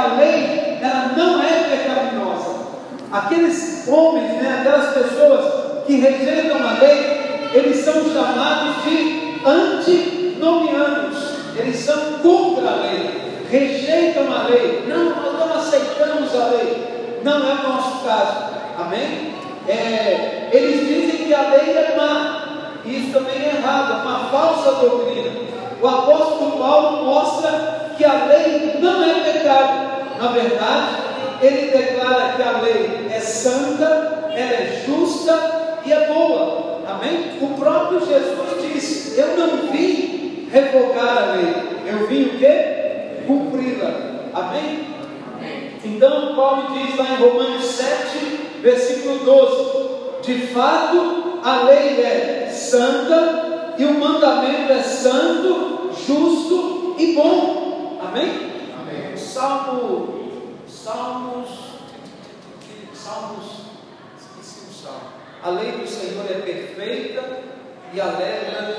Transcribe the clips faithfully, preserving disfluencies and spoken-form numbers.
a lei, ela não é pecaminosa. Aqueles homens, né, aquelas pessoas que rejeitam a lei, eles são chamados de antinomianos. Eles são contra a lei, rejeitam a lei. Não, nós não aceitamos a lei. Não é o nosso caso. Amém? É, eles dizem que a lei é má. Isso também é errado, é uma falsa doutrina. O apóstolo Paulo mostra que a lei não é pecado. Na verdade, ele declara que a lei é santa, ela é justa e é boa. Amém? O próprio Jesus disse: eu não vim revogar a lei, eu vim o quê? Cumpri-la. Amém? Então Paulo diz lá em Romanos sete, versículo doze: de fato a lei é santa e o mandamento é santo, justo e bom. Amém? Amém. Salmo, Salmos, Salmos, esqueci o salmo. A lei do Senhor é perfeita e alegra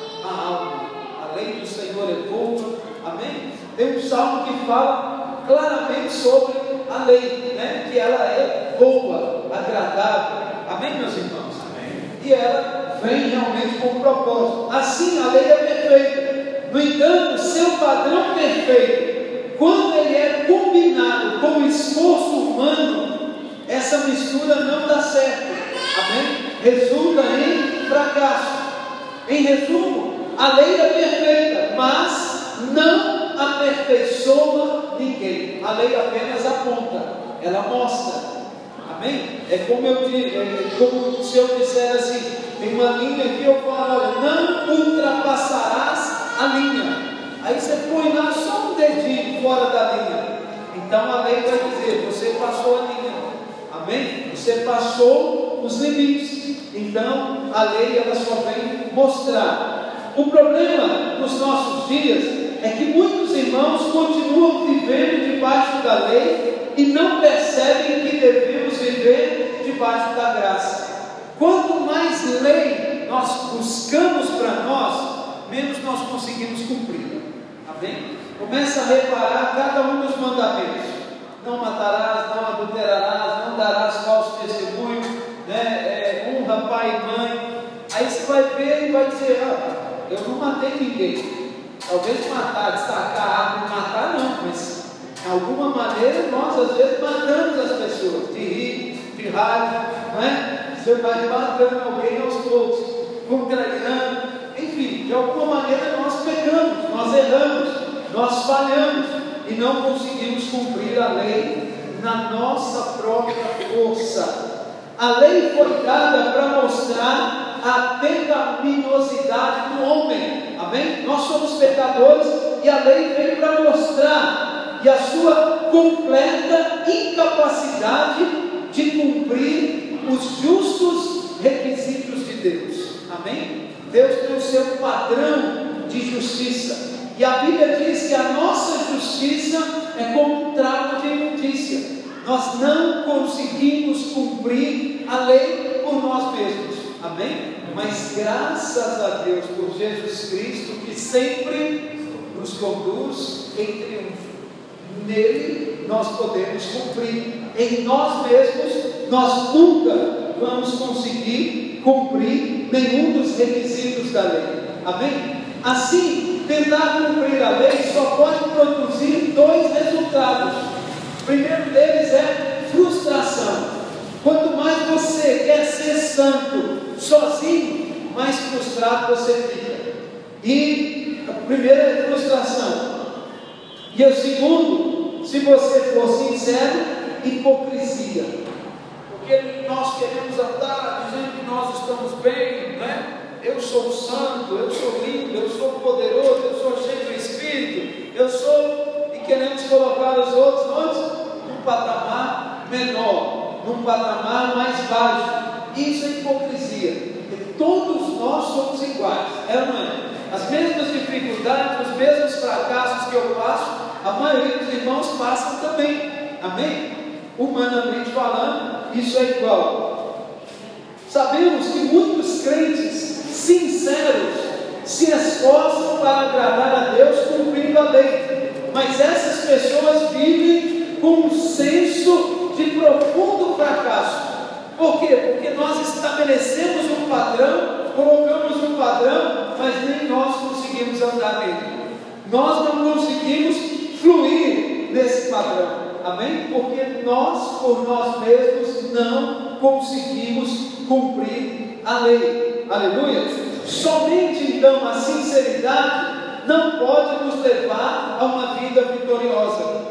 a alma. A lei do Senhor é boa. Amém? Tem um salmo que fala claramente sobre a lei, né? Que ela é boa, agradável. Amém, meus irmãos? Amém. E ela vem realmente com um propósito. Assim, a lei é perfeita. No entanto, seu padrão perfeito, quando ele é combinado com o esforço humano, essa mistura não dá certo. Amém? Resulta em fracasso. Em resumo, a lei é perfeita, mas não aperfeiçoa ninguém. A lei apenas aponta, ela mostra. Amém? É como eu digo, é como se eu disser assim: tem uma linha aqui, eu falo, olha, não ultrapassarás a linha. Aí você põe lá só um dedinho fora da linha. Então a lei vai dizer: você passou a linha. Amém? Você passou os limites. Então a lei, ela só vem mostrar. O problema nos nossos dias é que muitos irmãos continuam vivendo debaixo da lei e não percebem que devemos viver debaixo da graça. Quanto mais lei nós buscamos para nós, menos nós conseguimos cumprir. Amém? Começa a reparar cada um dos mandamentos: não matarás, não adulterarás, não darás falso testemunho, né? é, honra pai e mãe. Aí você vai ver e vai dizer: ah, eu não matei ninguém. Talvez matar, destacar a árvore, matar não, mas de alguma maneira nós às vezes matamos as pessoas, de rir, de raiva, não é? Você vai matando alguém aos poucos, contrariando, enfim, de alguma maneira nós pecamos, nós erramos, nós falhamos e não conseguimos cumprir a lei na nossa própria força. A lei foi dada para mostrar a pecaminosidade do homem. Amém? Nós somos pecadores e a lei veio para mostrar e a sua completa incapacidade de cumprir os justos requisitos de Deus. Amém? Deus tem o seu padrão de justiça, e a Bíblia diz que a nossa justiça é como um trapo de imundícia. Nós não conseguimos cumprir a lei por nós mesmos. Amém? Mas graças a Deus por Jesus Cristo, que sempre nos conduz em triunfo. Nele nós podemos cumprir. Em nós mesmos nós nunca vamos conseguir cumprir nenhum dos requisitos da lei. Amém? Assim, tentar cumprir a lei só pode produzir dois resultados. O primeiro deles é frustração. Quanto mais você quer ser santo sozinho, mais frustrado você fica. E a primeira é frustração. E o segundo, se você for sincero, hipocrisia. Porque nós queremos andar dizendo que nós estamos bem, né? Eu sou santo, eu sou lindo, eu sou poderoso, eu sou cheio do Espírito, eu sou, e queremos colocar os outros onde? Num patamar menor, num patamar mais baixo. Isso é hipocrisia, porque todos nós somos iguais, é ou não é? As mesmas dificuldades, os mesmos fracassos que eu passo, a maioria dos irmãos passam também. Amém? Humanamente falando, isso é igual. Sabemos que muitos crentes sinceros se esforçam para agradar a Deus cumprindo a lei, mas essas pessoas vivem senso de profundo fracasso. Por quê? Porque nós estabelecemos um padrão, colocamos um padrão, mas nem nós conseguimos andar nele. Nós não conseguimos fluir nesse padrão. Amém? Porque nós, por nós mesmos, não conseguimos cumprir a lei. Aleluia! Somente então a sinceridade não pode nos levar a uma vida vitoriosa.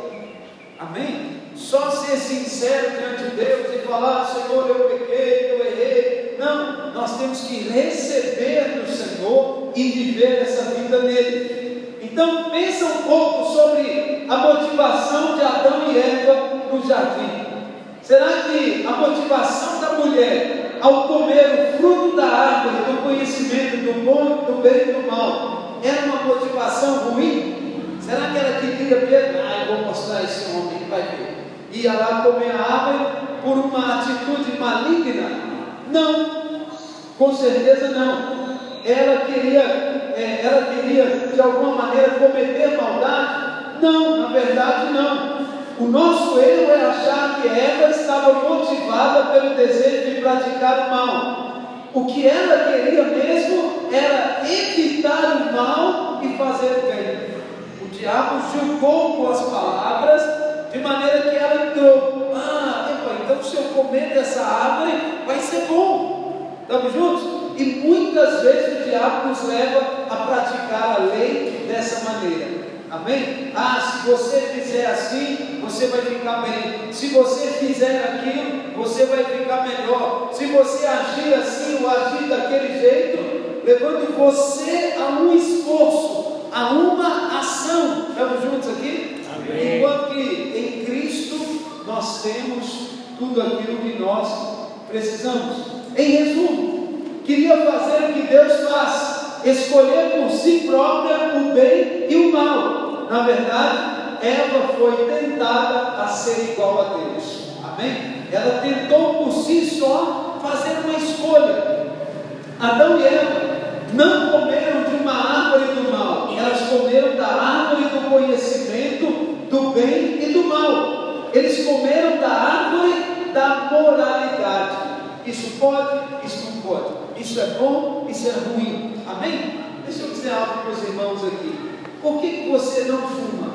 Amém? Só ser sincero diante de Deus e falar: Senhor, eu pequei, eu errei. Não, nós temos que receber do Senhor e viver essa vida nele. Então pensa um pouco sobre a motivação de Adão e Eva no jardim. Será que a motivação da mulher ao comer o fruto da árvore do conhecimento do bom, do bem e do mal era uma motivação ruim? Será que ela queria ver? Ah, eu vou mostrar esse homem, ele vai ver. Ia lá comer a árvore por uma atitude maligna? Não, com certeza não. Ela queria, é, ela queria de alguma maneira cometer maldade? Não, na verdade não. O nosso erro é achar que Eva estava motivada pelo desejo de praticar o mal. O que ela queria mesmo era evitar o mal e fazer o bem. O diabo julgou com as palavras, de maneira que ela entrou: ah, epa, então se eu comer dessa árvore vai ser bom. Estamos juntos? E muitas vezes o diabo nos leva a praticar a lei dessa maneira. Amém? Ah, se você fizer assim, você vai ficar bem. Se você fizer aquilo, você vai ficar melhor. Se você agir assim ou agir daquele jeito, levando você a um esforço, a uma ação. Estamos juntos aqui? Amém. Enquanto que em Cristo nós temos tudo aquilo que nós precisamos. Em resumo, queria fazer o que Deus faz: escolher por si própria o bem e o mal. Na verdade, Eva foi tentada a ser igual a Deus. Amém? Ela tentou por si só fazer uma escolha. Adão e Eva não comeram de uma árvore do mal, elas comeram da árvore do conhecimento do bem e do mal. Eles comeram da árvore da moralidade. Isso pode, isso não pode. Isso é bom, isso é ruim. Amém? Deixa eu dizer algo para os irmãos aqui. Por que, que você não fuma?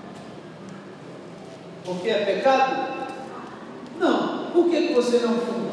Porque é pecado? Não. Por que, que você não fuma?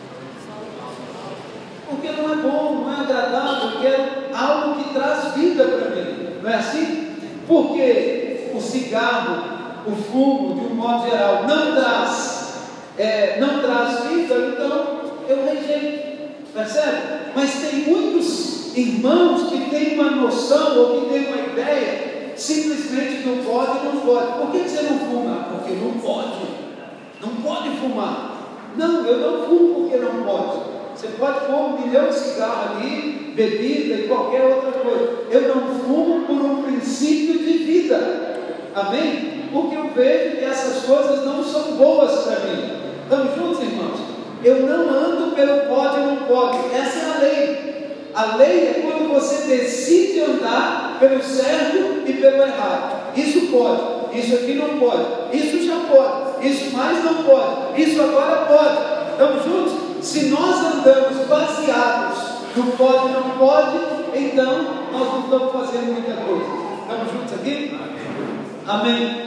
Porque não é bom, não é agradável. Eu quero algo que traz vida para mim. Não é assim? Porque o cigarro, o fumo, de um modo geral, não traz, é, não traz vida, então eu rejeito. Percebe? Mas tem muitos irmãos que têm uma noção ou que têm uma ideia, simplesmente não pode, não pode. Por que você não fuma? Porque não pode. Não pode fumar. Não, eu não fumo porque não pode. Você pode pôr um milhão de cigarros ali, bebida e qualquer outra coisa. Eu não fumo por um princípio de vida. Amém? Porque eu vejo que essas coisas não são boas para mim. Estamos juntos, irmãos? Eu não ando pelo pode ou não pode. Essa é a lei. A lei é quando você decide andar pelo certo e pelo errado. Isso pode, isso aqui não pode, isso já pode, isso mais não pode, isso agora pode. Estamos juntos? Se nós andamos baseados no pode e não pode, então nós não estamos fazendo muita coisa. Estamos juntos aqui? Amém.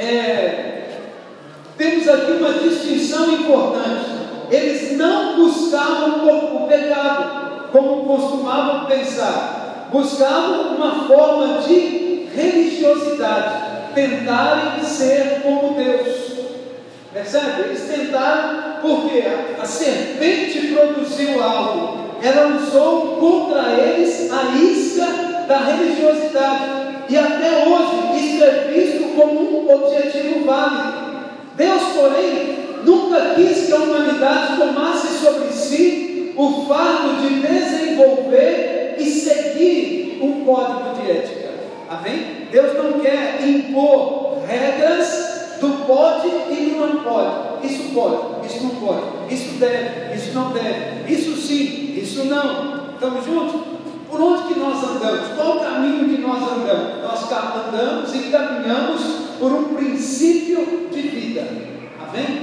É, temos aqui uma distinção importante. Eles não buscavam o pecado, como costumavam pensar. Buscavam uma forma de religiosidade, tentarem ser como Deus. Percebe? Eles tentaram, porque a, a serpente produziu algo, ela usou contra eles a isca da religiosidade, e até hoje isso é visto como um objetivo válido. Deus, porém, nunca quis que a humanidade tomasse sobre si o fardo de desenvolver e seguir um código de ética. Amém? Deus não quer impor regras do pode e do não pode. Isso pode, isso não pode, isso deve, isso não deve, isso sim, isso não. Estamos juntos? Por onde que nós andamos? Qual o caminho que nós andamos? Nós andamos e caminhamos por um princípio de vida. Amém?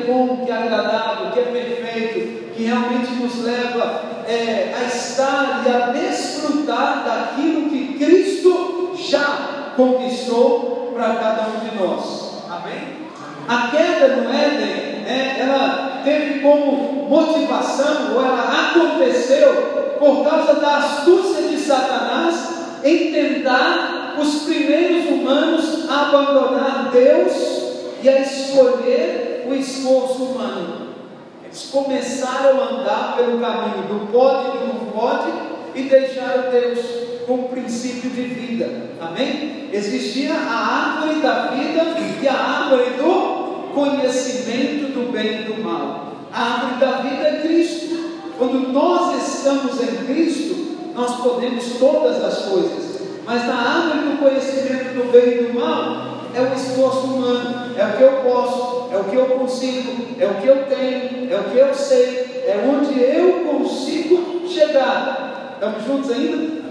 é bom, que é agradável, que é perfeito, que realmente nos leva é, a estar e a desfrutar daquilo que Cristo já conquistou para cada um de nós. Amém? A queda no Éden, né, ela teve como motivação, ou ela aconteceu por causa da astúcia de Satanás em tentar os primeiros humanos a abandonar Deus e a escolher o esforço humano. Eles começaram a andar pelo caminho do pode e do não pode e deixaram Deus como princípio de vida. Amém? Existia a árvore da vida e a árvore do conhecimento do bem e do mal. A árvore da vida é Cristo. Quando nós estamos em Cristo, nós podemos todas as coisas. Mas na árvore do conhecimento do bem e do mal, é o esforço humano, é o que eu posso, é o que eu consigo, é o que eu tenho, é o que eu sei, é onde eu consigo chegar. Estamos juntos ainda?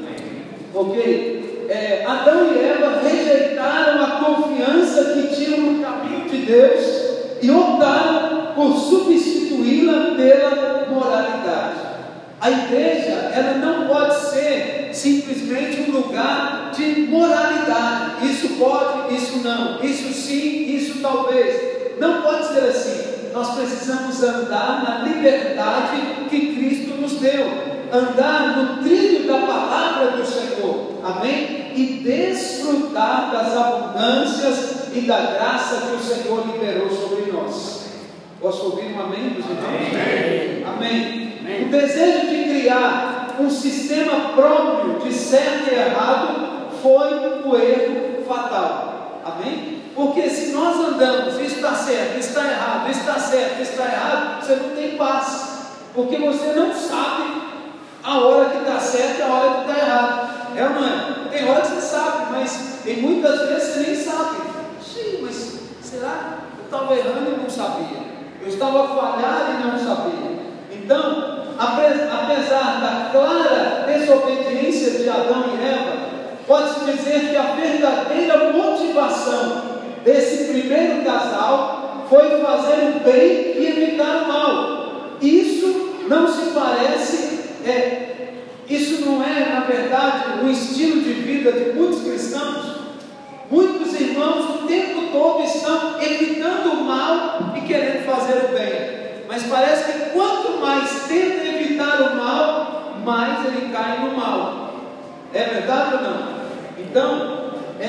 Ok? É, Adão e Eva rejeitaram a confiança que tinham no caminho de Deus e optaram por substituí-la pela moralidade. A igreja, ela não pode ser simplesmente um lugar de moralidade. Isso pode, isso não, isso sim, isso talvez. Não pode ser assim. Nós precisamos andar na liberdade que Cristo nos deu, andar no trilho da palavra do Senhor, amém? E desfrutar das abundâncias e da graça que o Senhor liberou sobre nós. Posso ouvir um amém dos irmãos? Amém. Amém. Amém. O desejo de criar um sistema próprio de certo e errado foi o erro fatal. Amém? Porque se nós andamos, isso está certo, isso está errado, isso está certo, isso está errado, você não tem paz. Porque você não sabe a hora que está certo e a hora que está errado. É ou não é? Tem hora que você sabe, mas em muitas vezes você nem sabe. Sim, mas será que eu estava errando e não sabia? Eu estava falhado e não sabia. Então, apesar da clara desobediência de Adão e Eva, pode-se dizer que a verdadeira motivação desse primeiro casal foi fazer o bem e evitar o mal. Isso não se parece, é, isso não é, na verdade, o estilo de vida de muitos cristãos. Muitos irmãos o tempo todo estão evitando o mal e querendo fazer o bem. Mas parece que quanto mais tenta evitar o mal, mais ele cai no mal. É verdade ou não? Então,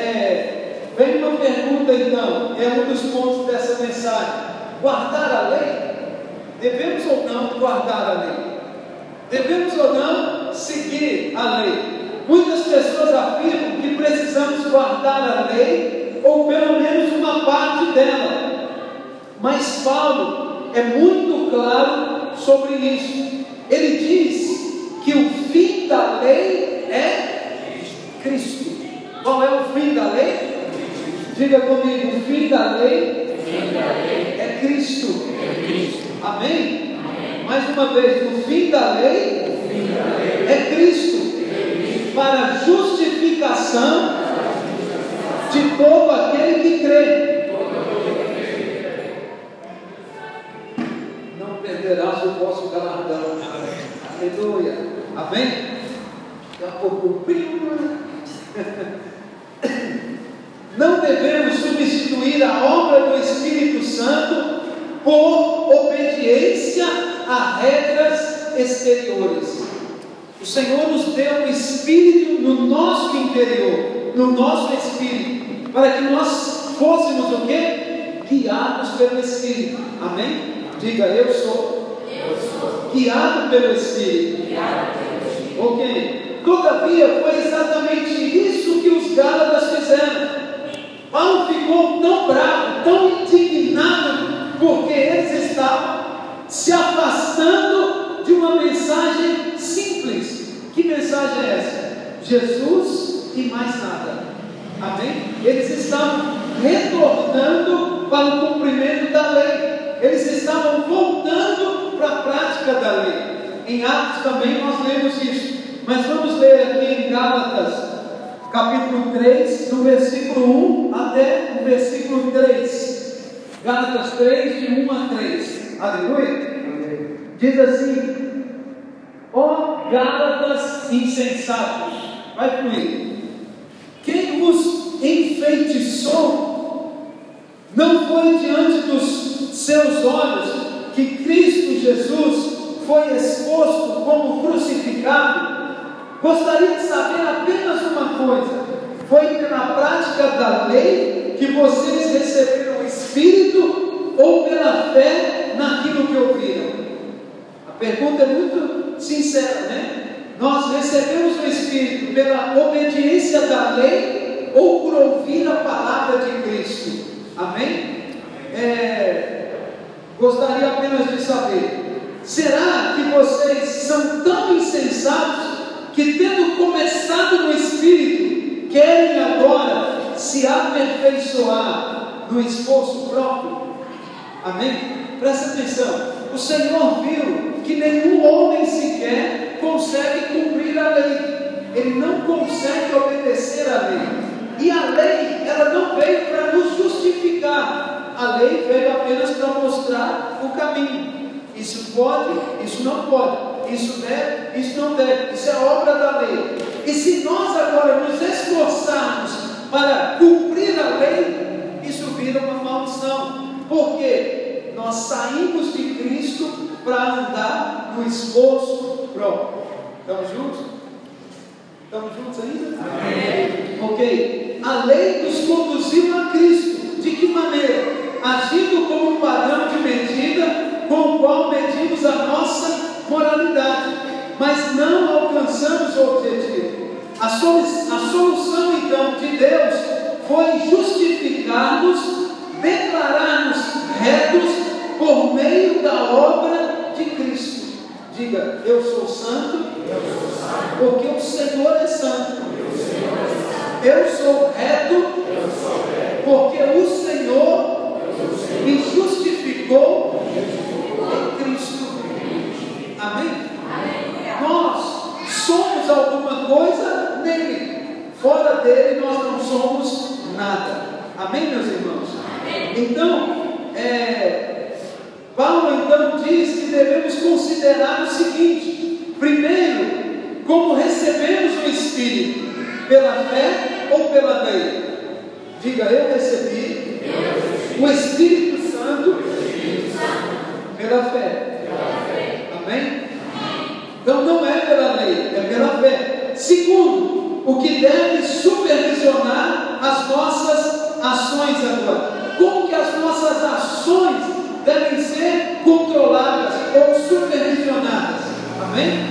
é, vem uma pergunta então, é um dos pontos dessa mensagem. Guardar a lei? Devemos ou não guardar a lei? Devemos ou não seguir a lei? Muitas pessoas afirmam que precisamos guardar a lei, ou pelo menos uma parte dela. Mas Paulo é muito claro sobre isso. Ele diz que o fim da lei é Cristo. Qual é o fim da lei? Diga comigo, o fim da lei é Cristo. Amém? Mais uma vez, o fim da lei é Cristo. Para a justificação de todo aquele que crê. Não perderás o vosso galardão. Aleluia. Amém? Daqui a pouco não devemos substituir a obra do Espírito Santo por obediência a regras exteriores. O Senhor nos deu o Espírito no nosso interior, no nosso Espírito, para que nós fôssemos o quê? Guiados pelo Espírito. Amém? Diga, eu sou, eu sou. Guiado pelo Espírito. Guiado pelo Espírito. Ok. Todavia, foi exatamente isso que os Gálatas fizeram. Paulo ficou tão bravo, tão indignado, porque eles estavam se afastando de uma mensagem simples. Que mensagem é essa? Jesus e mais nada. Amém? Eles estavam retornando para o cumprimento da lei. Eles estavam voltando para a prática da lei. Em Atos também nós lemos isso. Mas vamos ler aqui em Gálatas, capítulo três, do versículo um até o versículo três. Gálatas três, de um a três. Aleluia. Diz assim: ó Gálatas insensatos, vai comigo. Quem os enfeitiçou? Não foi diante dos seus olhos que Cristo Jesus foi exposto como crucificado? Gostaria de saber apenas uma coisa: foi pela prática da lei que vocês receberam o Espírito ou pela fé naquilo que ouviram? A pergunta é muito sincera, né? Nós recebemos o Espírito pela obediência da lei ou por ouvir a palavra de Cristo? Amém? É, gostaria apenas de saber: será que vocês são tão insensatos que, tendo começado no Espírito, querem agora se aperfeiçoar no esforço próprio? Amém? Presta atenção. O Senhor viu que nenhum homem sequer consegue cumprir a lei. Ele não consegue obedecer a lei. E a lei, ela não veio para nos justificar. A lei veio apenas para mostrar o caminho. Isso pode, isso não pode. Isso deve, isso não deve. Isso é obra da lei. E se nós agora nos esforçarmos para cumprir a lei, isso vira uma maldição. Por quê? Nós saímos de Cristo para andar no esforço próprio. Estamos juntos? Estamos juntos ainda? Amém. Ok. A lei nos conduziu a Cristo. De que maneira? Agindo como um padrão de medida com o qual medimos a nossa moralidade, mas não alcançamos o objetivo. A solução, a solução então de Deus foi justificar-nos, declarar-nos retos por meio da obra de Cristo. Diga: eu sou santo, eu sou santo porque o Senhor é santo. Eu sou reto, eu sou reto porque o Senhor me justificou em Cristo. Amém? Nós somos alguma coisa nele. Fora dele nós não somos nada. Amém, meus irmãos? Então, é, Paulo então diz que devemos considerar o seguinte: primeiro, como recebemos o Espírito, pela fé ou pela lei? Diga: eu recebi, eu recebi o Espírito Santo, o Espírito Santo pela fé. Pela fé. Amém? Então não é pela lei, é pela fé. Segundo, o que deve supervisionar as nossas ações agora. Como que as nossas ações devem ser controladas ou supervisionadas? Amém?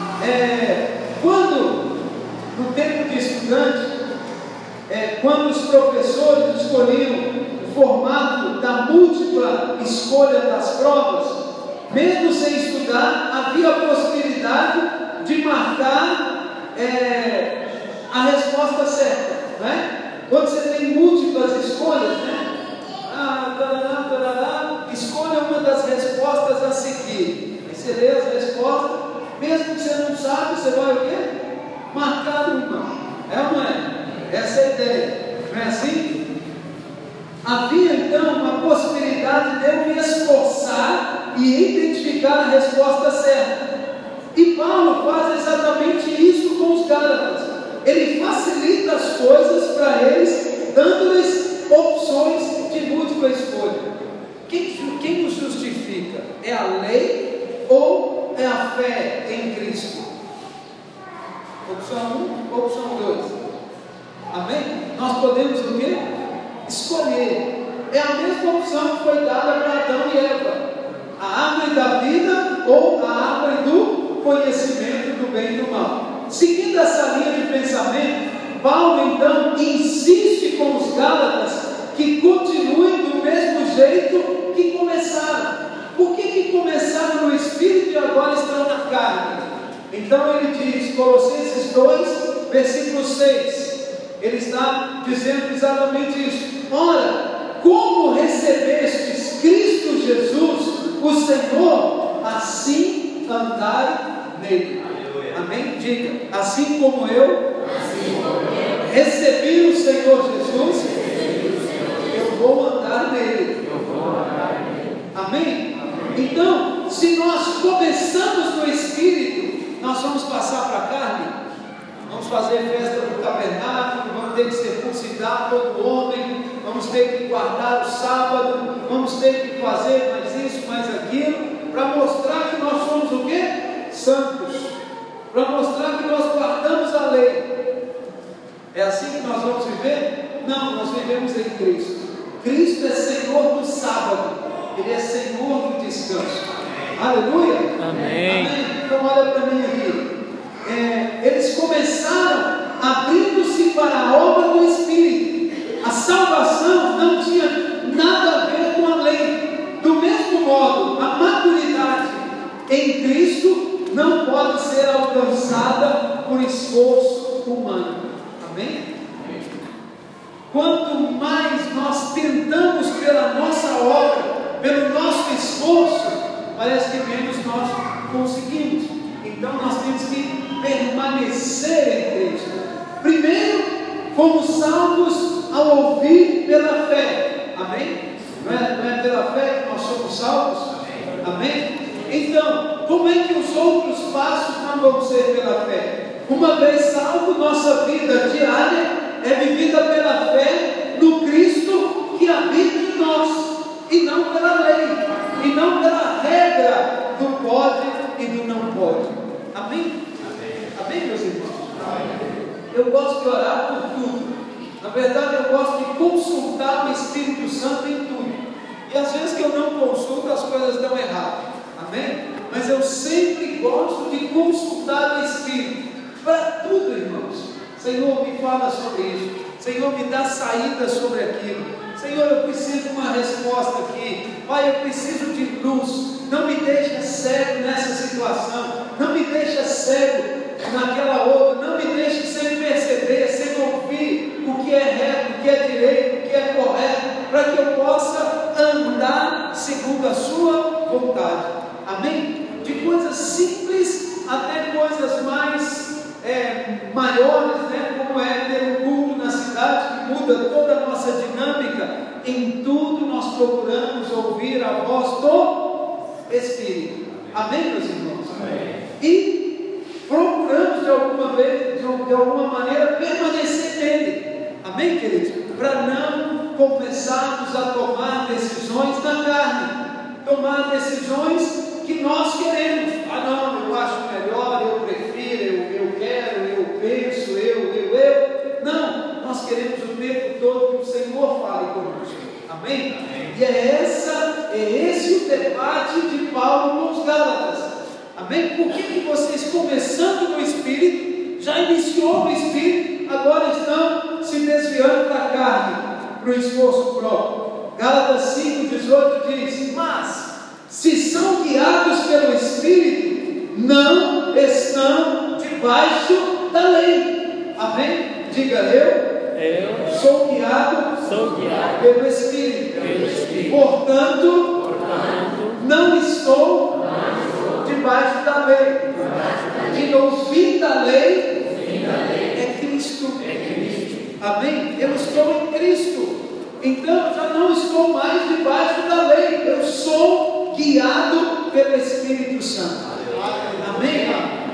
É, quando, no tempo de estudante, é, quando os professores escolhiam o formato da múltipla escolha das provas, mesmo sem estudar, havia a possibilidade de marcar é, a resposta certa, né? Quando você tem múltiplas escolhas, né? Ah, tarará, tarará, escolha uma das respostas a seguir. Aí você lê as respostas, mesmo que você não sabe, você vai o quê? Marcar uma. É ou não é? Essa é a ideia. Não é assim? Havia então uma possibilidade de eu me esforçar e identificar a resposta certa. E Paulo faz exatamente isso com os Gálatas. Ele facilita as coisas para eles, dando-lhes opções de múltipla escolha. Quem, quem nos justifica? É a lei ou é a fé em Cristo? Opção um, opção dois. Amém? Nós podemos o quê? Escolher. É a mesma opção que foi dada para Adão e Eva: a árvore da vida ou a árvore do conhecimento do bem e do mal. Seguindo essa linha de pensamento, Paulo então insiste com os Gálatas que continuem do mesmo jeito que começaram. Por que que começaram no Espírito e agora estão na carne? Então ele diz, Colossenses dois, versículo seis, ele está dizendo exatamente isso: ora, como recebestes Cristo Jesus, o Senhor, assim andai nele. Aleluia. Amém? Diga: assim como eu, assim como eu recebi o Senhor Jesus, eu vou andar nele. Eu vou Amém? Então, se nós começamos no Espírito, nós vamos passar para a carne. Vamos fazer festa no tabernáculo, vamos ter que circuncidar todo homem, vamos ter que guardar o sábado, vamos ter que fazer mais isso, mais aquilo, para mostrar que nós somos o quê? Santos, para mostrar que nós guardamos a lei. É assim que nós vamos viver? Não, nós vivemos em Cristo. Cristo é Senhor do sábado, Ele é Senhor do descanso. Aleluia? Amém. Amém. Então olha para mim aqui. É, eles começaram abrindo-se para a obra do Espírito. A salvação não tinha nada a ver com a lei. Do mesmo modo, a maturidade em Cristo não pode ser alcançada por esforço humano. Amém? Quanto mais nós tentamos pela nossa obra, pelo nosso esforço, parece que menos nós conseguimos. Então nós temos que permanecer em Cristo. Primeiro, fomos salvos ao ouvir pela fé. Amém? Não é, não é pela fé que nós somos salvos? Amém? Então, como é que os outros passos não vão ser pela fé? Uma vez salvo, nossa vida diária é vivida pela fé no Cristo que habita em nós, e não pela lei, e não pela regra do pode e do não pode. Amém? Amém, Amém meus irmãos? Amém. Eu gosto de orar por tudo. Na verdade, eu gosto de consultar o Espírito Santo em tudo. E às vezes que eu não consulto, as coisas dão errado. Amém? Mas eu sempre gosto de consultar o Espírito para tudo, irmãos. Senhor, me fala sobre isso. Senhor, me dá saída sobre aquilo. Senhor, eu preciso de uma resposta aqui. Pai, eu preciso de luz. Não me deixa cego nessa situação. Não me deixa cego naquela outra. Não me deixe sem perceber, sem ouvir o que é reto, o que é direito, o que é correto, para que eu possa andar segundo a sua vontade. Amém? De coisas simples até coisas mais é, maiores, né? Como é ter um culto na cidade que muda toda a nossa dinâmica. Em tudo nós procuramos ouvir a voz do Espírito. Amém, meus irmãos? Amém. E procuramos de alguma vez, de, de alguma maneira, permanecer nele. Amém, queridos? Para não começarmos a tomar decisões na carne, tomar decisões que nós queremos. Ah, não, eu acho melhor, eu prefiro, eu, eu quero, eu penso, eu, eu, eu. Não, nós queremos o tempo todo que o Senhor fale conosco. Amém? Amém. E é, essa, é esse o debate de Paulo com os Gálatas. Amém? Por que, que vocês, começando no Espírito, já iniciou no Espírito, agora estão se desviando da carne, para o esforço próprio? Gálatas cinco, dezoito diz: mas, se são guiados pelo Espírito, não estão debaixo da lei. Amém? Diga eu. Eu sou guiado, sou guiado pelo Espírito. Pelo Espírito. Portanto, Portanto, não estou, não estou debaixo da lei. E o fim da lei, fim da lei é, Cristo. é Cristo. Amém? Eu estou em Cristo. Então, já não estou mais debaixo da lei. Eu sou guiado pelo Espírito Santo. Amém?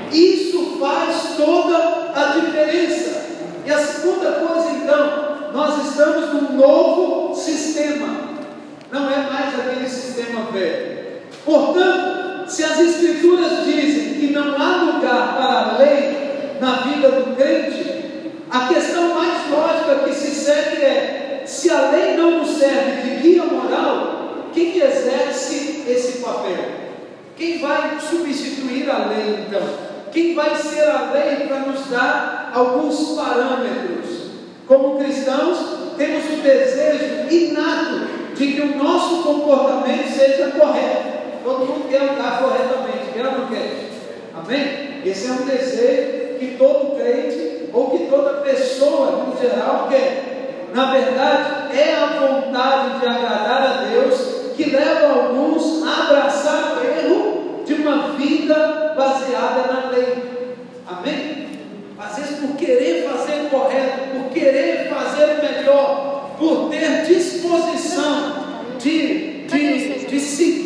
Isso faz toda a diferença. E a segunda coisa, então, nós estamos num novo sistema. Não é mais aquele sistema velho. Portanto, se as Escrituras dizem que não há lugar para a lei na vida do crente, a questão mais lógica que se segue é: se a lei não nos serve de guia moral, quem que exerce esse papel? Quem vai substituir a lei, então? Quem vai ser a lei para nos dar alguns parâmetros? Como cristãos, temos o desejo inato de que o nosso comportamento seja correto. Todo mundo quer andar corretamente, quer ou não quer? Amém? Esse é um desejo que todo crente, ou que toda pessoa, no geral, quer. Na verdade, é a vontade de agradar a Deus que leva alguns a abraçar o erro de uma vida baseada na lei. Amém? Às vezes por querer fazer correto, por querer fazer o melhor, por ter disposição de, de, de seguir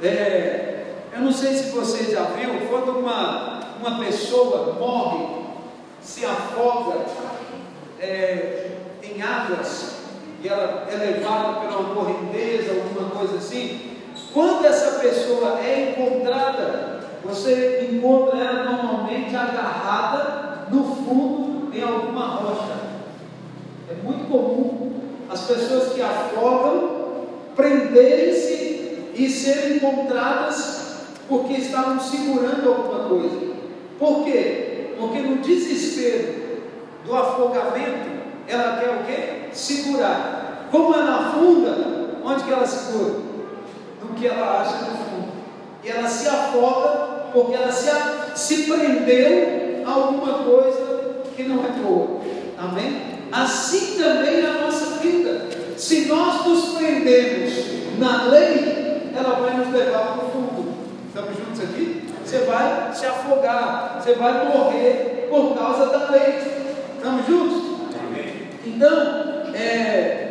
É, eu não sei se você já viu, quando uma, uma pessoa morre, se afoga é, em águas, e ela é levada por uma correnteza, alguma coisa assim, quando essa pessoa é encontrada, você encontra ela normalmente agarrada no fundo em alguma rocha. É muito comum as pessoas que afogam prenderem-se e serem encontradas porque estavam segurando alguma coisa. Por quê? Porque no desespero do afogamento, ela quer o quê? Segurar. Como ela afunda, onde que ela segura? No que ela acha no fundo. E ela se afoga porque ela se, se prendeu a alguma coisa que não é boa. Amém? Assim também na nossa vida. Se nós nos prendemos na lei, ela vai nos levar para o fundo. Estamos juntos aqui? Você vai se afogar, você vai morrer por causa da lei. Estamos juntos? Amém. Então, é...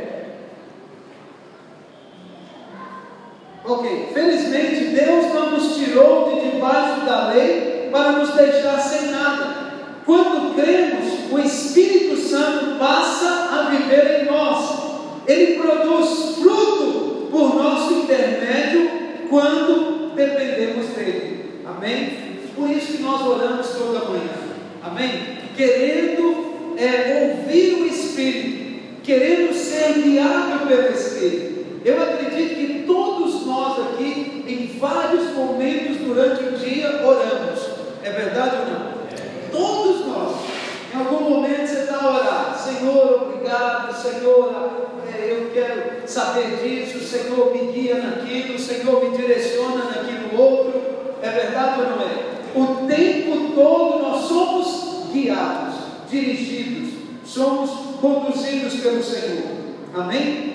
ok, felizmente Deus não nos tirou de debaixo da lei para nos deixar sem nada. Quando cremos, o Espírito Santo passa a viver em nós. Ele produz fruto por nosso intermédio quando dependemos dele. Amém? Por isso que nós oramos toda manhã. Amém? Querendo é, ouvir o Espírito, querendo ser guiado pelo Espírito. Eu acredito que todos nós aqui, em vários momentos durante o dia, oramos. É verdade ou não? Todos nós. Em algum momento você está a orar. Senhor, obrigado. Senhor, eu quero saber disso. Senhor, me guia naquilo. Senhor, me direciona naquilo outro. É verdade ou não é? O tempo todo nós somos guiados, dirigidos, somos conduzidos pelo Senhor. Amém?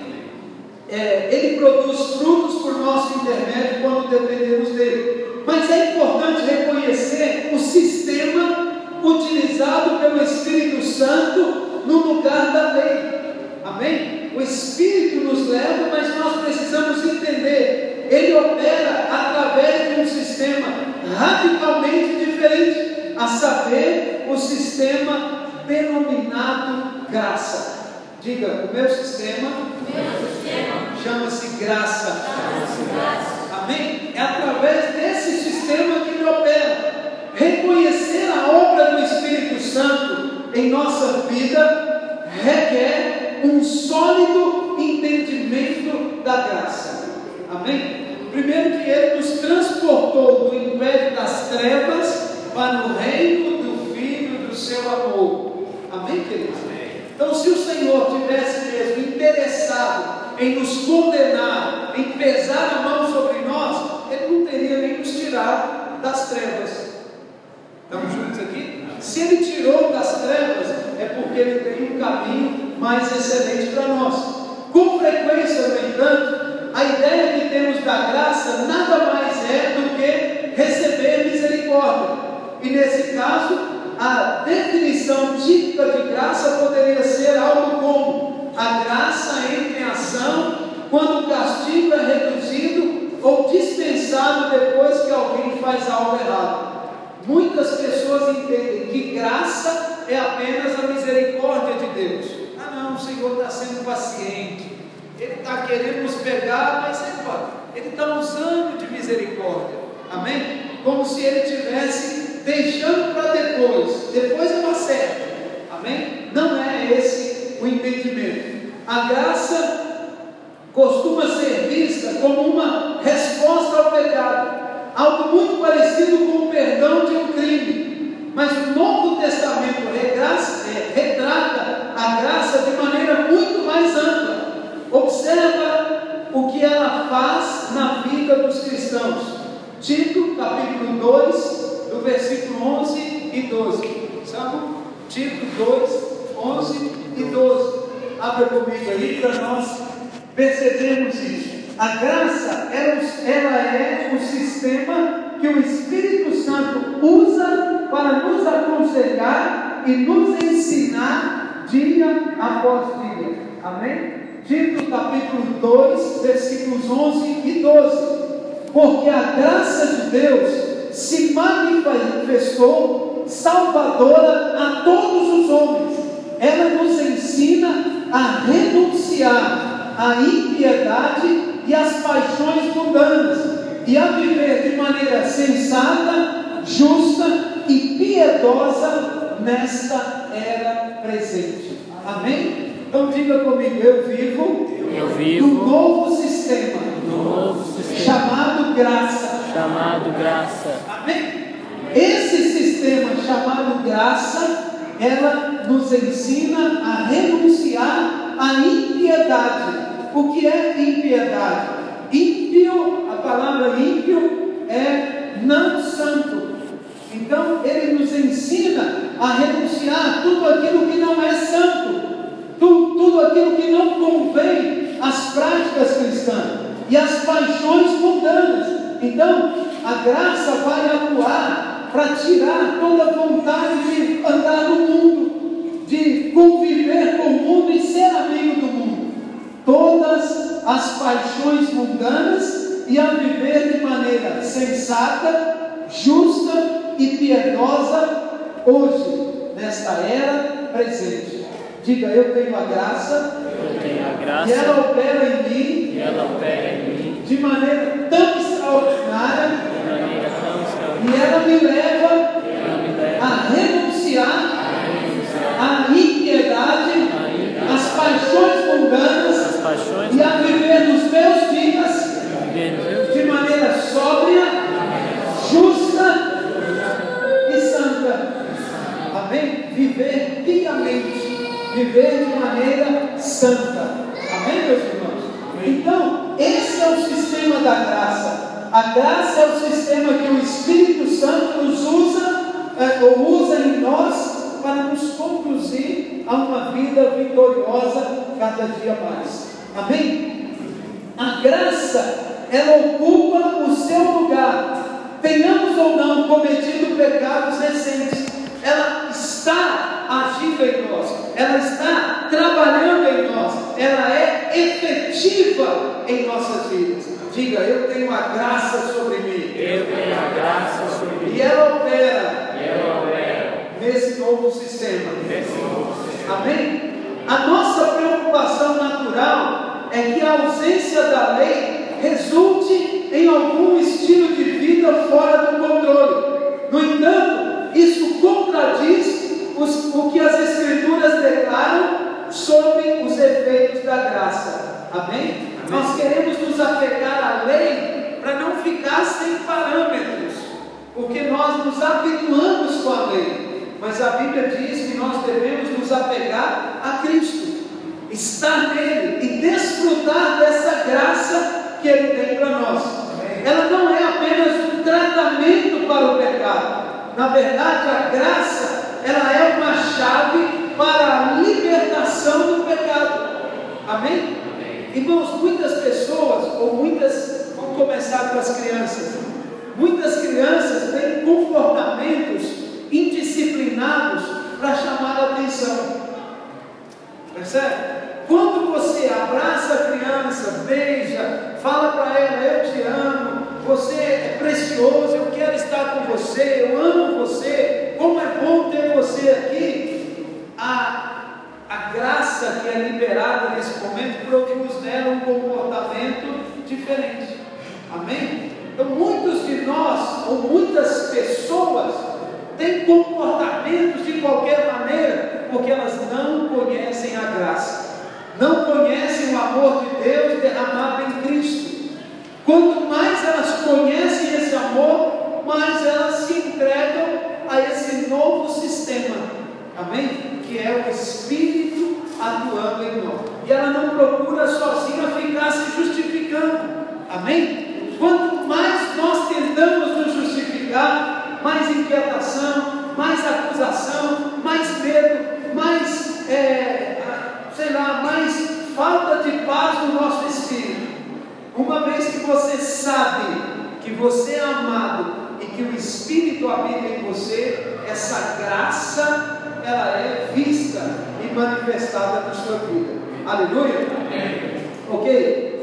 É, Ele produz frutos por nosso intermédio quando dependemos dele. Mas é importante reconhecer o sistema utilizado pelo Espírito Santo no lugar da lei. Amém? O Espírito nos leva, mas nós precisamos entender. Ele opera através de um sistema radicalmente diferente, a saber, o sistema denominado graça. Diga, o meu sistema, sistema. chama-se graça. Chama-se graça. Amém? É através desse sistema que ele opera. Reconhecer a obra do Espírito Santo em nossa vida requer um sólido entendimento da graça. Amém? Primeiro que ele nos transportou do império das trevas para o reino do Filho do seu amor. Amém, queridos? Então, se o Senhor tivesse mesmo interessado em nos condenar, em pesar a mão sobre nós, Ele não teria nem nos tirado das trevas. Estamos juntos aqui? Se Ele tirou das trevas, é porque Ele tem um caminho mais excelente para nós. Com frequência, no entanto, a ideia que temos da graça nada mais é do que receber misericórdia. E nesse caso, a definição típica de graça poderia ser algo como: a graça entra em ação quando o castigo é reduzido ou dispensado depois que alguém faz algo errado. Muitas pessoas entendem que graça é apenas a misericórdia de Deus. Ah não, o Senhor está sendo paciente, Ele está querendo nos pegar, mas Ele está usando de misericórdia. Amém? Como se Ele tivesse deixando para depois, depois eu acerto. Amém? Não é esse o entendimento. A graça costuma ser vista como uma resposta ao pecado, algo muito parecido com o perdão de um crime. Mas o Novo Testamento regraça, é, retrata a graça de maneira muito mais ampla. Observa o que ela faz na vida dos cristãos. Tito, capítulo dois, do versículo onze e doze. Sabe? Tito dois, onze e doze. Abra comigo aí para nós percebermos isso. A graça, ela, ela é o sistema que o Espírito Santo usa para nos aconselhar e nos ensinar dia após dia. Amém? Tito capítulo dois, versículos onze e doze. porque a graça de Deus se manifestou salvadora a todos os homens. Ela nos ensina a renunciar à impiedade e às paixões mundanas, e a viver de maneira sensata, justa e piedosa nesta era presente. Amém? Então diga comigo, eu vivo, eu vivo no novo sistema, no novo sistema chamado graça. chamado graça. Amém? Esse sistema chamado graça, ela nos ensina a renunciar à impiedade. O que é impiedade? Ímpio, a palavra ímpio é não santo. Então ele nos ensina a renunciar a tudo aquilo que não é santo, tudo, tudo aquilo que não convém às práticas cristãs e às paixões mundanas. Então a graça vai atuar para tirar toda a vontade de andar no mundo, de conviver com o mundo e ser amigo do mundo, todas as paixões mundanas, e a viver de maneira sensata, justa e piedosa hoje, nesta era presente. Diga, eu tenho a graça, Eu tenho a graça e ela opera em mim, e ela opera em mim de maneira tão extraordinária, de maneira tão e extraordinária. ela me leva Ela me leva a renunciar a renunciar à impiedade, às paixões mundanas, às paixões e a viver nos meus dias e viver nos meus de maneira sóbria, justa e santa. Amém? Viver piamente, viver de maneira santa. Amém, meus irmãos? Então, esse é o sistema da graça. A graça é o sistema que o Espírito Santo nos usa, é, ou usa em nós, para nos conduzir a uma vida vitoriosa cada dia mais. Amém? A graça, ela ocupa o seu lugar, tenhamos ou não cometido pecados recentes. Ela está agindo em nós, ela está trabalhando em nós, ela é efetiva em nossas vidas. Diga, eu tenho a graça sobre mim. Eu tenho a graça sobre mim. E ela opera, E ela opera nesse novo sistema. nesse novo sistema. Amém? A nossa preocupação natural é que a ausência da lei resulte em algum estilo de vida fora do controle. No entanto, isso contradiz os, o que as Escrituras declaram sobre os efeitos da graça. Amém? Amém. Nós queremos nos apegar à lei para não ficar sem parâmetros, porque nós nos habituamos com a lei. Mas a Bíblia diz que nós devemos nos apegar a Cristo, estar nele e desfrutar dessa graça que Ele tem para nós. Ela não é apenas um tratamento para o pecado. Na verdade, a graça, ela é uma chave para a libertação do pecado. Amém? Irmãos, muitas pessoas, ou muitas, vamos começar com as crianças. Muitas crianças têm comportamentos indisciplinados para chamar a atenção. Percebe? Quando você abraça a criança, beija, fala para ela, eu te amo, você é precioso, eu quero estar com você, eu amo você, como é bom ter você aqui, a, a graça que é liberada nesse momento produz nela um comportamento diferente. Amém? Então muitos de nós, ou muitas pessoas, têm comportamentos de qualquer maneira, porque elas não conhecem a graça, não conhecem o amor de Deus derramado em Cristo. Quanto mais elas conhecem esse amor, mais elas se entregam a esse novo sistema, amém? Que é o Espírito atuando em nós. E ela não procura sozinha ficar se justificando, amém? Quanto mais nós tentamos nos justificar, mais inquietação, mais acusação, mais medo, mais, é, sei lá, mais falta de paz no nosso espírito. Uma vez que você sabe que você é amado e que o Espírito habita em você, essa graça, ela é vista e manifestada na sua vida. Aleluia? Amém. Ok?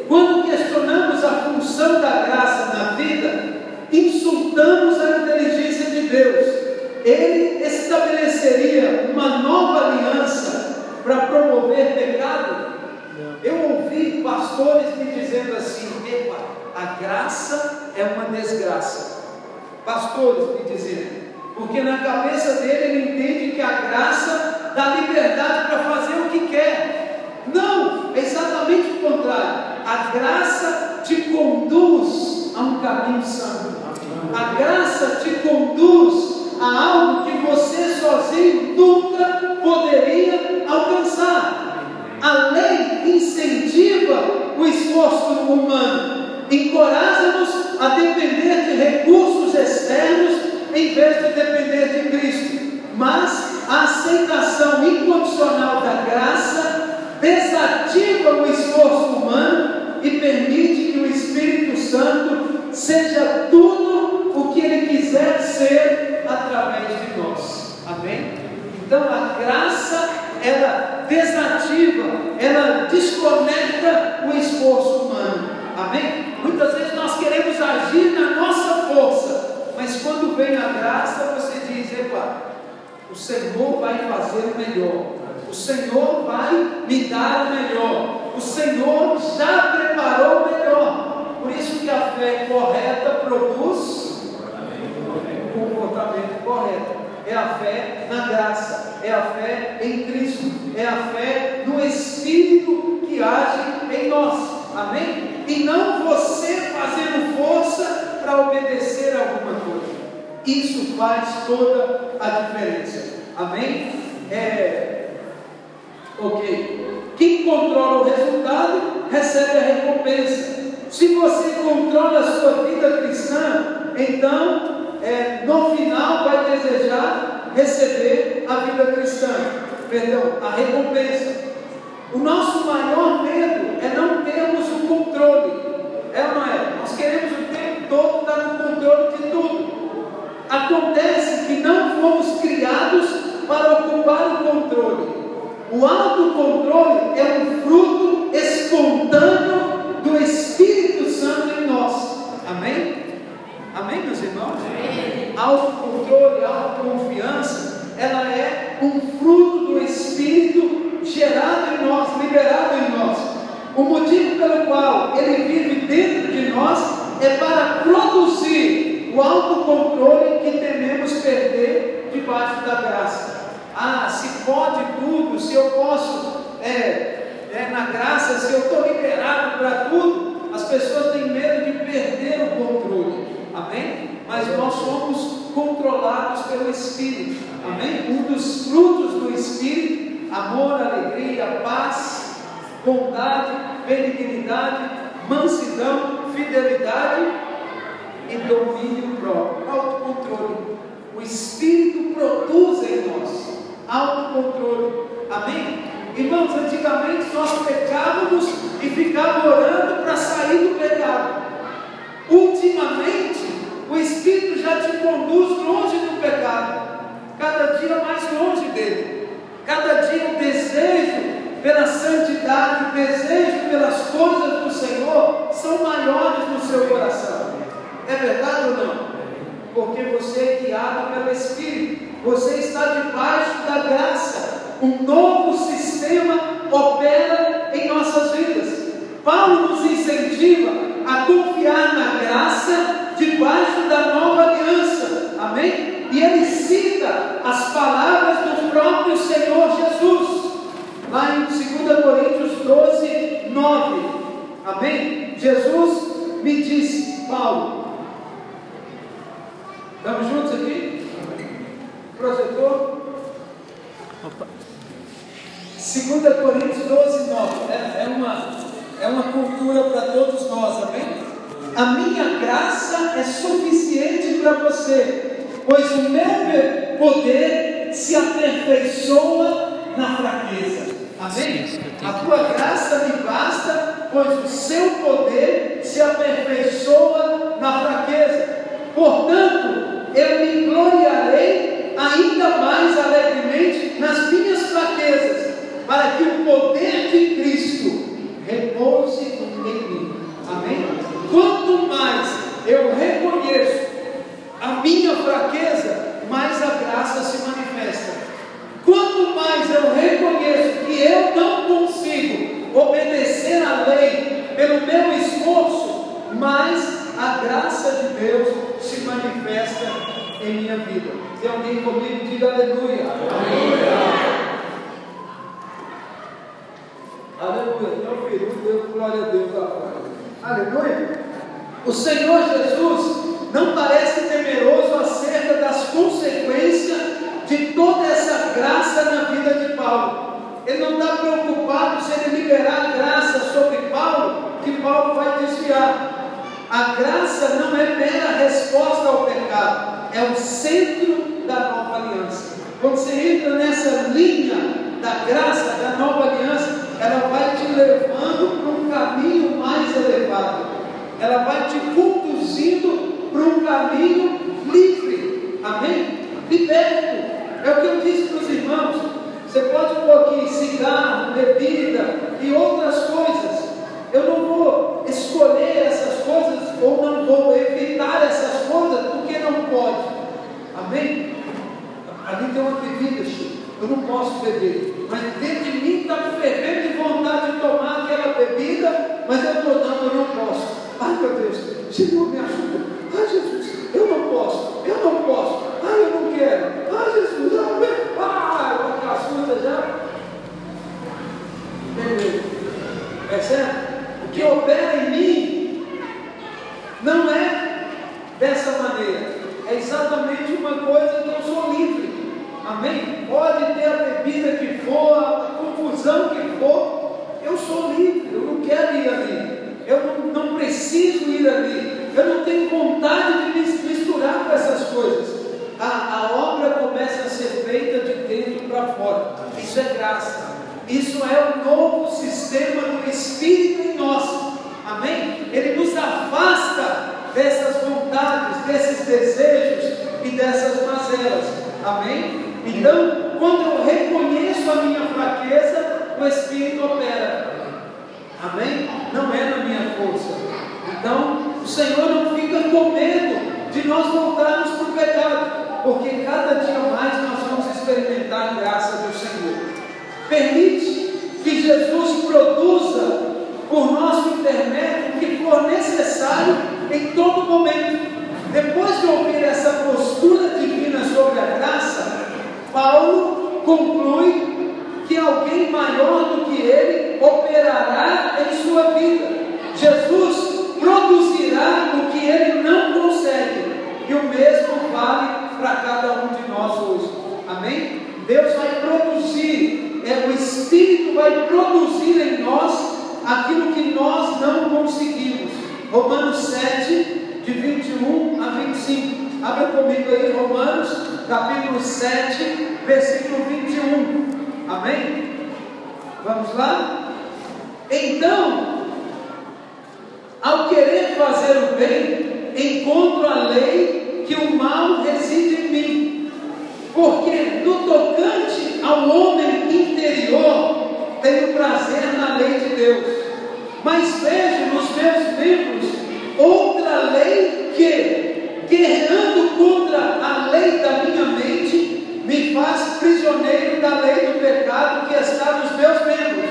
quando questionamos a função da graça na vida, insultamos a inteligência de Deus. Ele estabeleceria uma nova aliança para promover pecado? Eu ouvi pastores me dizendo assim: epa, a graça é uma desgraça. Pastores me dizendo, porque na cabeça dele ele entende que a graça dá liberdade para fazer o que quer. Não, é exatamente o contrário. A graça te conduz a um caminho santo. A graça te conduz a algo que você sozinho nunca poderia alcançar. A lei incentiva o esforço humano, encoraja-nos a depender de recursos externos em vez de depender de Cristo. Mas a aceitação incondicional da graça desativa o esforço humano e permite que o Espírito Santo seja tudo o que Ele quiser ser através de nós. Amém? Então a graça, ela desativa, ela desconecta o esforço humano. Amém? Muitas vezes nós queremos agir na nossa força, mas quando vem a graça, você diz: epa, o Senhor vai fazer o melhor, o Senhor vai me dar o melhor, o Senhor já preparou o melhor. Por isso que a fé correta produz o comportamento correto. É a fé na graça, é a fé em Cristo, é a fé no Espírito que age em nós. Amém? E não você fazendo força para obedecer a alguma coisa. Isso faz toda a diferença. Amém? É... Ok. Quem controla o resultado recebe a recompensa. Se você controla a sua vida cristã, então é, no final vai desejar receber a vida cristã, perdão, a recompensa. O nosso maior medo é não termos o controle, é ou não é? Nós queremos o tempo todo estar no controle de tudo. Acontece que não fomos criados para ocupar o controle. O autocontrole é um fruto espontâneo do Espírito Santo em nós. Amém? Amém, meus irmãos? Amém. Autocontrole, autoconfiança, ela é um fruto do Espírito gerado em nós, liberado em nós. O motivo pelo qual ele vive dentro de nós é para produzir o autocontrole que tememos perder debaixo da graça. Ah, se pode tudo, se eu posso, é, é, na graça, se eu estou liberado para tudo, as pessoas têm medo de perder o controle. Amém? Mas nós somos controlados pelo Espírito. Amém? Um dos frutos do Espírito: amor, alegria, paz, bondade, benignidade, mansidão, fidelidade e domínio próprio. Autocontrole. O Espírito produz em nós autocontrole. Amém? Irmãos, antigamente nós pecávamos e ficávamos orando para sair do pecado. Ultimamente, o Espírito já te conduz longe do pecado, cada dia mais longe dele. Cada dia o desejo pela santidade, o desejo pelas coisas do Senhor são maiores no seu coração. É verdade ou não? Porque você é guiado pelo Espírito, você está debaixo da graça. Um novo sistema opera em nossas vidas. Paulo nos incentiva a confiar na graça debaixo da nova aliança. Amém? E ele cita as palavras do próprio Senhor Jesus, lá em dois Coríntios doze, nove. Amém? Jesus me disse, Paulo, estamos juntos aqui? Projetor? dois Coríntios doze, nove. É, é, uma, é uma cultura para todos nós, amém? A minha graça é suficiente para você, pois o meu poder se aperfeiçoa na fraqueza. Amém? A tua graça me basta, pois o seu poder se aperfeiçoa na fraqueza. Portanto, eu me gloriarei ainda mais alegremente nas minhas fraquezas, para que o poder de Cristo repouse em mim. eu reconheço a minha fraqueza, mais a graça se manifesta. Quanto mais eu reconheço que eu não consigo obedecer à lei pelo meu esforço, mais a graça de Deus se manifesta em minha vida. Tem alguém comigo? Diga aleluia. Aleluia. Aleluia. Meu filho, Deus, glória a Deus. Aleluia. O Senhor Jesus não parece temeroso acerca das consequências de toda essa graça na vida de Paulo. Ele não está preocupado se ele liberar graça sobre Paulo, que Paulo vai desviar. A graça não é mera resposta ao pecado, é o centro da nova aliança. Quando você entra nessa linha da graça, da nova aliança, ela vai te levando para um caminho mais elevado, ela vai te conduzindo para um caminho livre, amém? Liberto. É o que eu disse para os irmãos. Você pode pôr aqui cigarro, bebida e outras coisas. Eu não vou escolher essas coisas ou não vou evitar essas coisas porque não pode. Amém? Ali tem uma bebida, Chico. Eu não posso beber. Mas dentro de mim está fervendo de vontade de tomar aquela bebida, mas eu estou dando, eu não posso. Ai meu Deus, Senhor me ajuda. Ai Jesus, eu não posso, eu não posso. Ai eu não quero. Ai Jesus, ai, uma caçuda já. Beleza. Percebe? O que opera em mim não é dessa maneira. É exatamente uma coisa que eu sou livre. Amém? Pode ter a bebida que for, a confusão que for, eu sou livre, eu não quero ir ali, eu não, não preciso ir ali, eu não tenho vontade de me misturar com essas coisas. A, a obra começa a ser feita de dentro para fora. Isso é graça. Isso é o novo sistema do Espírito em nós. Amém? Ele nos afasta dessas vontades, desses desejos e dessas mazelas. Amém? Então, quando eu reconheço a minha fraqueza, o Espírito opera. Amém? Não é na minha força. Então, o Senhor não fica com medo de nós voltarmos para o pecado, porque cada dia mais nós vamos experimentar a graça do Senhor. Permite que Jesus produza por nosso intermédio o que for necessário em todo momento. Depois de ouvir essa postura divina sobre a graça, Paulo conclui que alguém maior do que ele operará em sua vida. Jesus produzirá o que ele não consegue, e o mesmo vale para cada um de nós hoje. Amém? Deus vai produzir, é, o Espírito vai produzir em nós aquilo que nós não conseguimos. Romanos sete, de vinte e um a vinte e cinco. Abra comigo aí, Romanos, capítulo sete, versículo vinte e um. Amém? Vamos lá? Então, ao querer fazer o bem, encontro a lei que o mal reside em mim. Porque no tocante ao homem interior, tenho prazer na lei de Deus. Mas vejo nos meus membros outra lei que, guerreando contra a lei da minha mente, me faz prisioneiro da lei do pecado que está nos meus membros.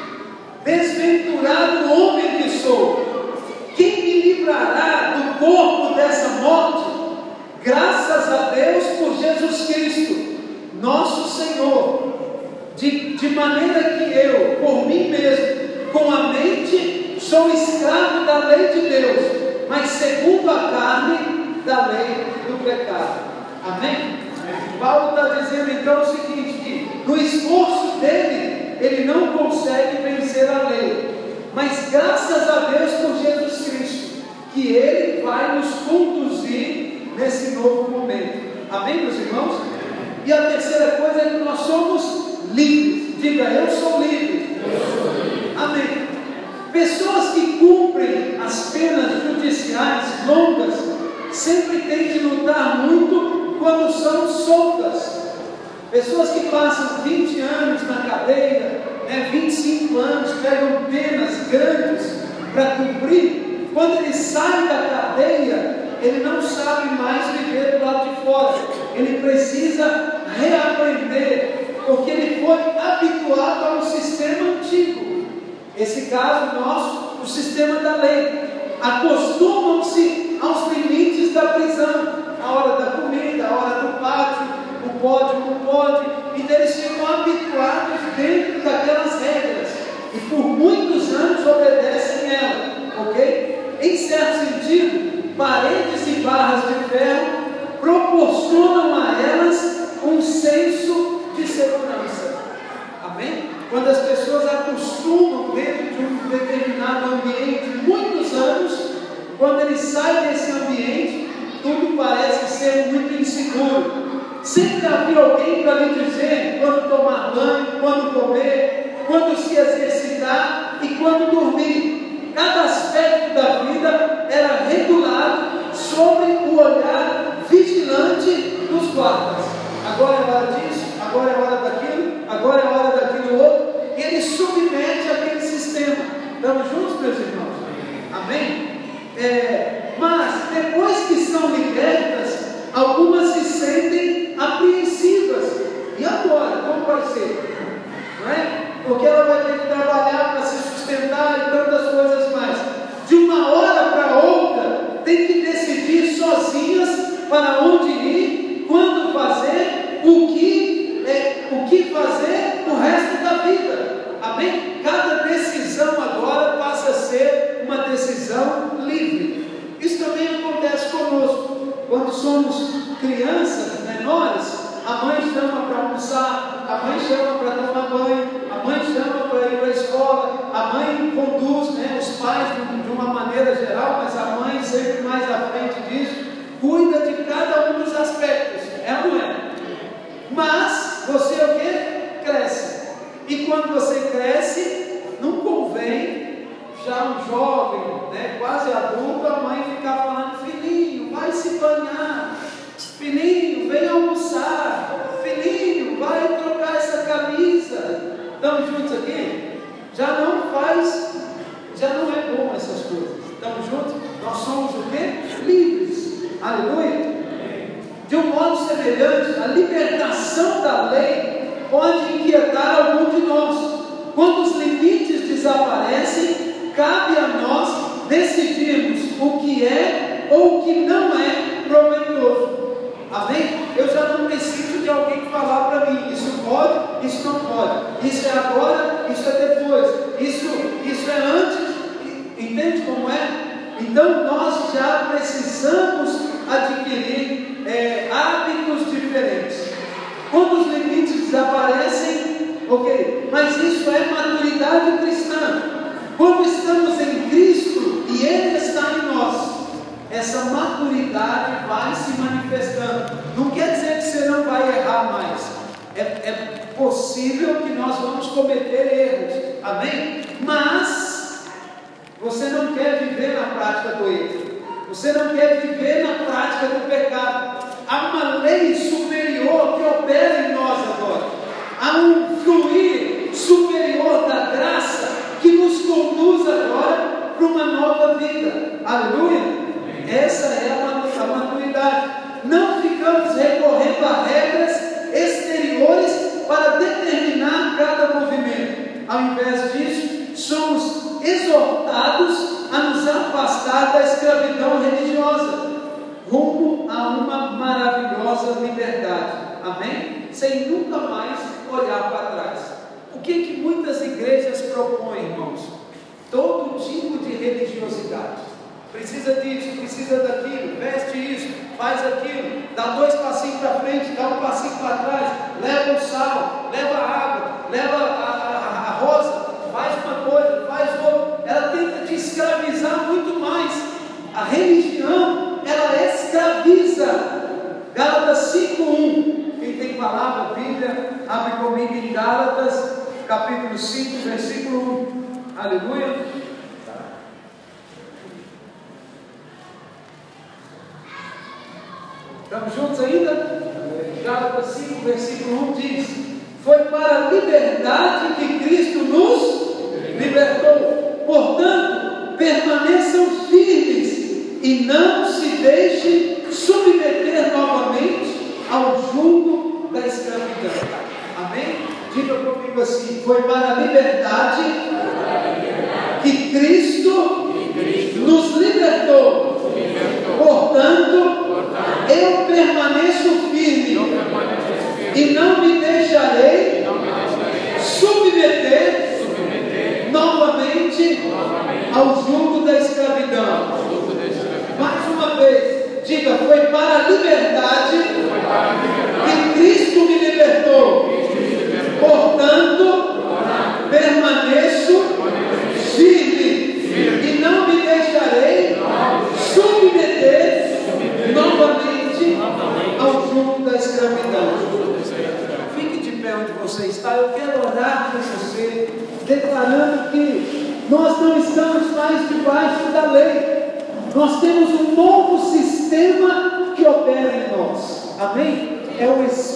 Desventurado homem que sou, quem me livrará do corpo dessa morte? Graças a Deus por Jesus Cristo, nosso Senhor. De, de maneira que eu, por mim mesmo, com a mente, sou escravo da lei de Deus, mas segundo a carne, da lei do pecado. Amém? Paulo está dizendo então o seguinte, que no esforço dele, ele não consegue vencer a lei, mas graças a Deus por Jesus Cristo, que ele vai nos conduzir nesse novo momento. Amém, meus irmãos? E a terceira coisa é que nós somos livres. Diga, eu sou livre. Eu sou livre. Amém. Pessoas que cumprem as penas judiciais longas sempre têm que lutar muito quando são soltas. Pessoas que passam vinte anos na cadeia, né, vinte e cinco anos, pegam penas grandes para cumprir, quando ele sai da cadeia, ele não sabe mais viver do lado de fora. Ele precisa reaprender, porque ele foi habituado a um sistema antigo. Esse caso nosso, o sistema da lei. Acostumam-se aos limites da prisão, a hora da comida, a hora do pátio, o pode, não pode. Então eles ficam habituados dentro daquelas regras e por muitos anos obedecem ela, ok? Em certo sentido, paredes e barras de ferro proporcionam a elas um senso de segurança. Amém? Quando as pessoas acostumam dentro de um determinado ambiente muitos anos, quando ele sai desse ambiente, tudo parece ser muito inseguro. Sempre havia alguém para lhe dizer quando tomar banho, quando comer, quando se exercitar e quando dormir. Cada aspecto da vida era regulado sobre o olhar vigilante dos guardas. Agora é hora disso, agora é hora daquilo, agora é hora daquilo outro. E ele submete aquele sistema. Estamos juntos, meus irmãos? Amém? É, mas depois que são libertas, algumas se sentem apreensivas. E agora? Como vai ser? Não é? Porque ela vai ter que trabalhar para se sustentar e tantas coisas mais. De uma hora para outra, tem que decidir sozinhas para onde ir, quando fazer, o que, é, o que fazer o resto da vida. Amém? Cada decisão agora passa a ser uma decisão livre. Isso também acontece conosco. Quando somos crianças menores, a mãe chama para almoçar, a mãe chama para tomar banho, a mãe chama para ir para a escola, a mãe conduz, né, os pais de uma maneira geral, mas a mãe sempre mais à frente disso, cuida de cada um dos aspectos, é ou não é? Mas você o que? Cresce. E quando você cresce, não convém já um jovem, né, quase adulto, a mãe ficar falando: filhinho, vai se banhar, filhinho, vem almoçar, filhinho, vai trocar essa camisa. Estamos juntos aqui? Já não faz, já não é bom essas coisas. Estamos juntos? Nós somos o quê? Livres. Aleluia. De um modo semelhante, a libertação da lei pode inquietar algum de nós. Quando os limites desaparecem, cabe a nós decidirmos o que é ou o que não é proveitoso. Amém? Eu já não preciso de alguém falar para mim: isso pode, isso não pode, isso é agora, isso é depois, isso, isso é antes. Entende como é? Então nós já precisamos adquirir é, hábitos diferentes. Quando os limites desaparecem, ok, mas isso é maturidade cristã. Quando estamos em Cristo e Ele está em nós, essa maturidade vai se manifestando. Não quer dizer que você não vai errar mais. É, é possível que nós vamos cometer erros, amém? Mas você não quer viver na prática do erro. Você não quer viver na prática do pecado. Há uma lei superior que opera em nós agora. Há um fluir superior da graça que nos conduz agora para uma nova vida. Aleluia! Essa é a maturidade. Não ficamos recorrendo a regras exteriores para determinar cada movimento. Ao invés disso, somos exortados a nos afastar da escravidão religiosa, rumo a uma maravilhosa liberdade. Amém? Sem nunca mais olhar para trás. O que que muitas igrejas propõem, irmãos? Todo tipo de religiosidade. Precisa disso, precisa daquilo, veste isso, faz aquilo, dá dois passinhos para frente, dá um passinho para trás, leva o sal, leva a água, leva a, a, a rosa, faz uma coisa, faz outra. Ela tenta te escravizar muito mais. A religião, ela escraviza. Gálatas cinco um. Quem tem palavra, Bíblia, abre comigo em Gálatas, capítulo cinco, versículo um. Aleluia. Estamos juntos ainda? Gálatas cinco, versículo um diz: foi para a liberdade que Cristo nos libertou. Portanto, permaneçam firmes e não se deixe submeter novamente ao jugo da escravidão. Amém? Diga comigo assim: foi para a liberdade que Cristo nos libertou. Portanto, eu permaneço firme e não me deixarei submeter novamente ao jugo da escravidão. Mais uma vez, diga: foi para a liberdade que Cristo me libertou. Portanto, permaneço firme e não me deixarei submeter novamente ao jugo da escravidão. Fique de pé onde você está. Eu quero orar por você, declarando que nós não estamos mais debaixo da lei. Nós temos um novo sistema que opera em nós. Amém? É o Espírito.